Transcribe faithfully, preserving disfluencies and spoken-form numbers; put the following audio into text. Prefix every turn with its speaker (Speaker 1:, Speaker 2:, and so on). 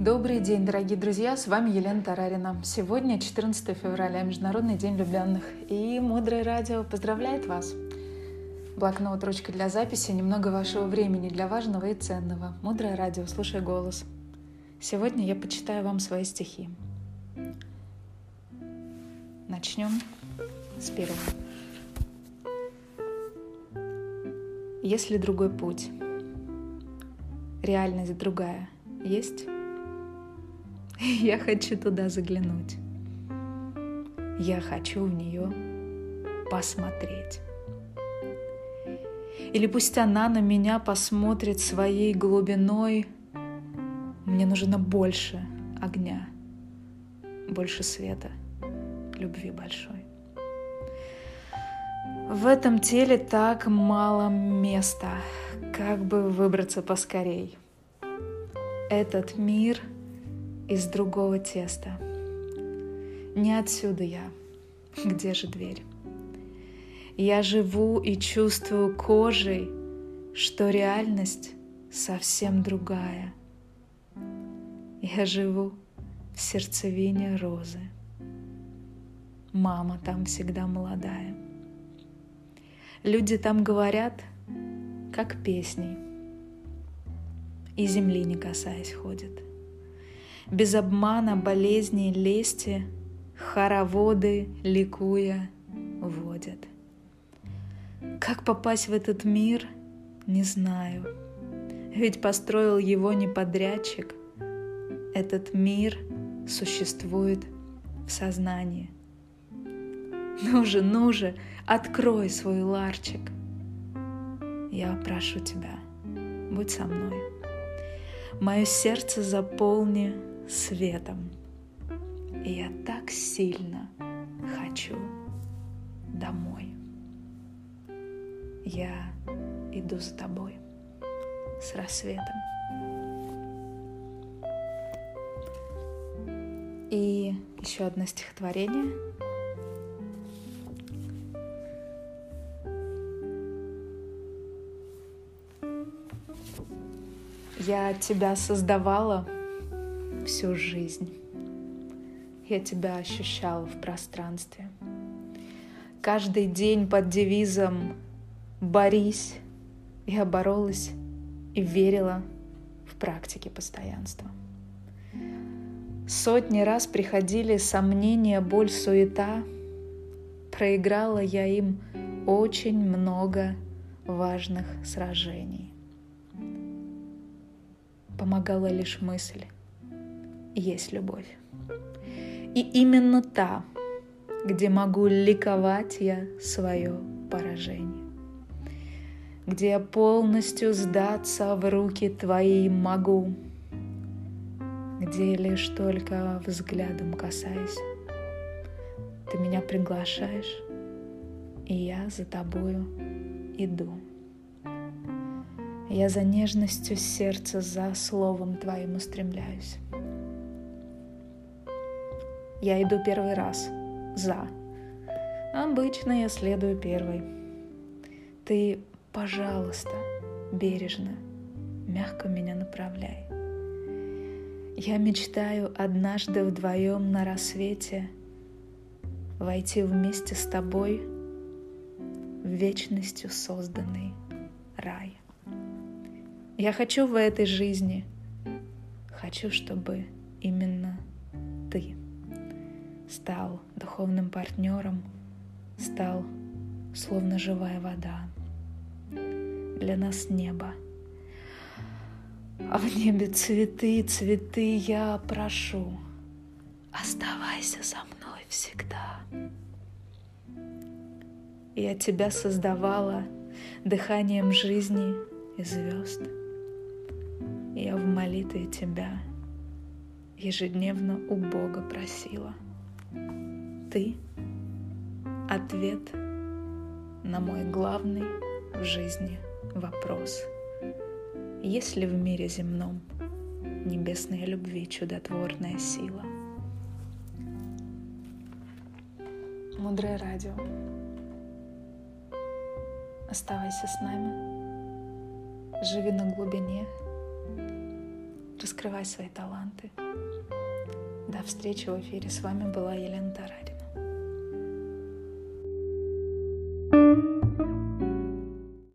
Speaker 1: Добрый день, дорогие друзья, с вами Елена Тарарина. Сегодня четырнадцатое февраля, Международный день влюбленных, и Мудрое радио поздравляет вас. Блокнот, ручка для записи, немного вашего времени для важного и ценного. Мудрое радио, слушай голос. Сегодня я почитаю вам свои стихи. Начнем с первого. Если другой путь, реальность другая есть, я хочу туда заглянуть. Я хочу в нее посмотреть. Или пусть она на меня посмотрит своей глубиной. Мне нужно больше огня, больше света, любви большой. В этом теле так мало места, как бы выбраться поскорей. Этот мир из другого теста. Не отсюда я, где же дверь? Я живу и чувствую кожей, что реальность совсем другая. Я живу в сердцевине розы. Мама там всегда молодая. Люди там говорят, как песней, и земли не касаясь ходят. Без обмана, болезней, лести хороводы, ликуя, водят. Как попасть в этот мир, не знаю, ведь построил его не подрядчик. Этот мир существует в сознании. Ну же, ну же, открой свой ларчик. Я прошу тебя, будь со мной. Мое сердце заполни светом. И я так сильно хочу домой. Я иду за тобой с рассветом. И еще одно стихотворение. Я тебя создавала всю жизнь. Я тебя ощущала в пространстве. Каждый день под девизом «Борись». Я боролась и верила в практике постоянства. Сотни раз приходили сомнения, боль, суета. Проиграла я им очень много важных сражений. Помогала лишь мысль: есть любовь. И именно та, где могу ликовать я свое поражение, где я полностью сдаться в руки твои могу, где лишь только взглядом касаясь, ты меня приглашаешь, и я за тобою иду. Я за нежностью сердца, за словом твоим устремляюсь. Я иду первый раз за. Обычно я следую первой. Ты, пожалуйста, бережно, мягко меня направляй. Я мечтаю однажды вдвоем на рассвете войти вместе с тобой в вечностью созданный рай. Я хочу в этой жизни, хочу, чтобы именно ты стал духовным партнером, стал словно живая вода. Для нас небо, а в небе цветы, цветы. Я прошу, оставайся со мной всегда. Я тебя создавала дыханием жизни и звезд. Я в молитве тебя ежедневно у Бога просила. Ты — ответ на мой главный в жизни вопрос. Есть ли в мире земном небесной любви чудотворная сила? Мудрое радио. Оставайся с нами. Живи на глубине. раскрывай свои таланты. До встречи в эфире. С вами была Елена Тарарина.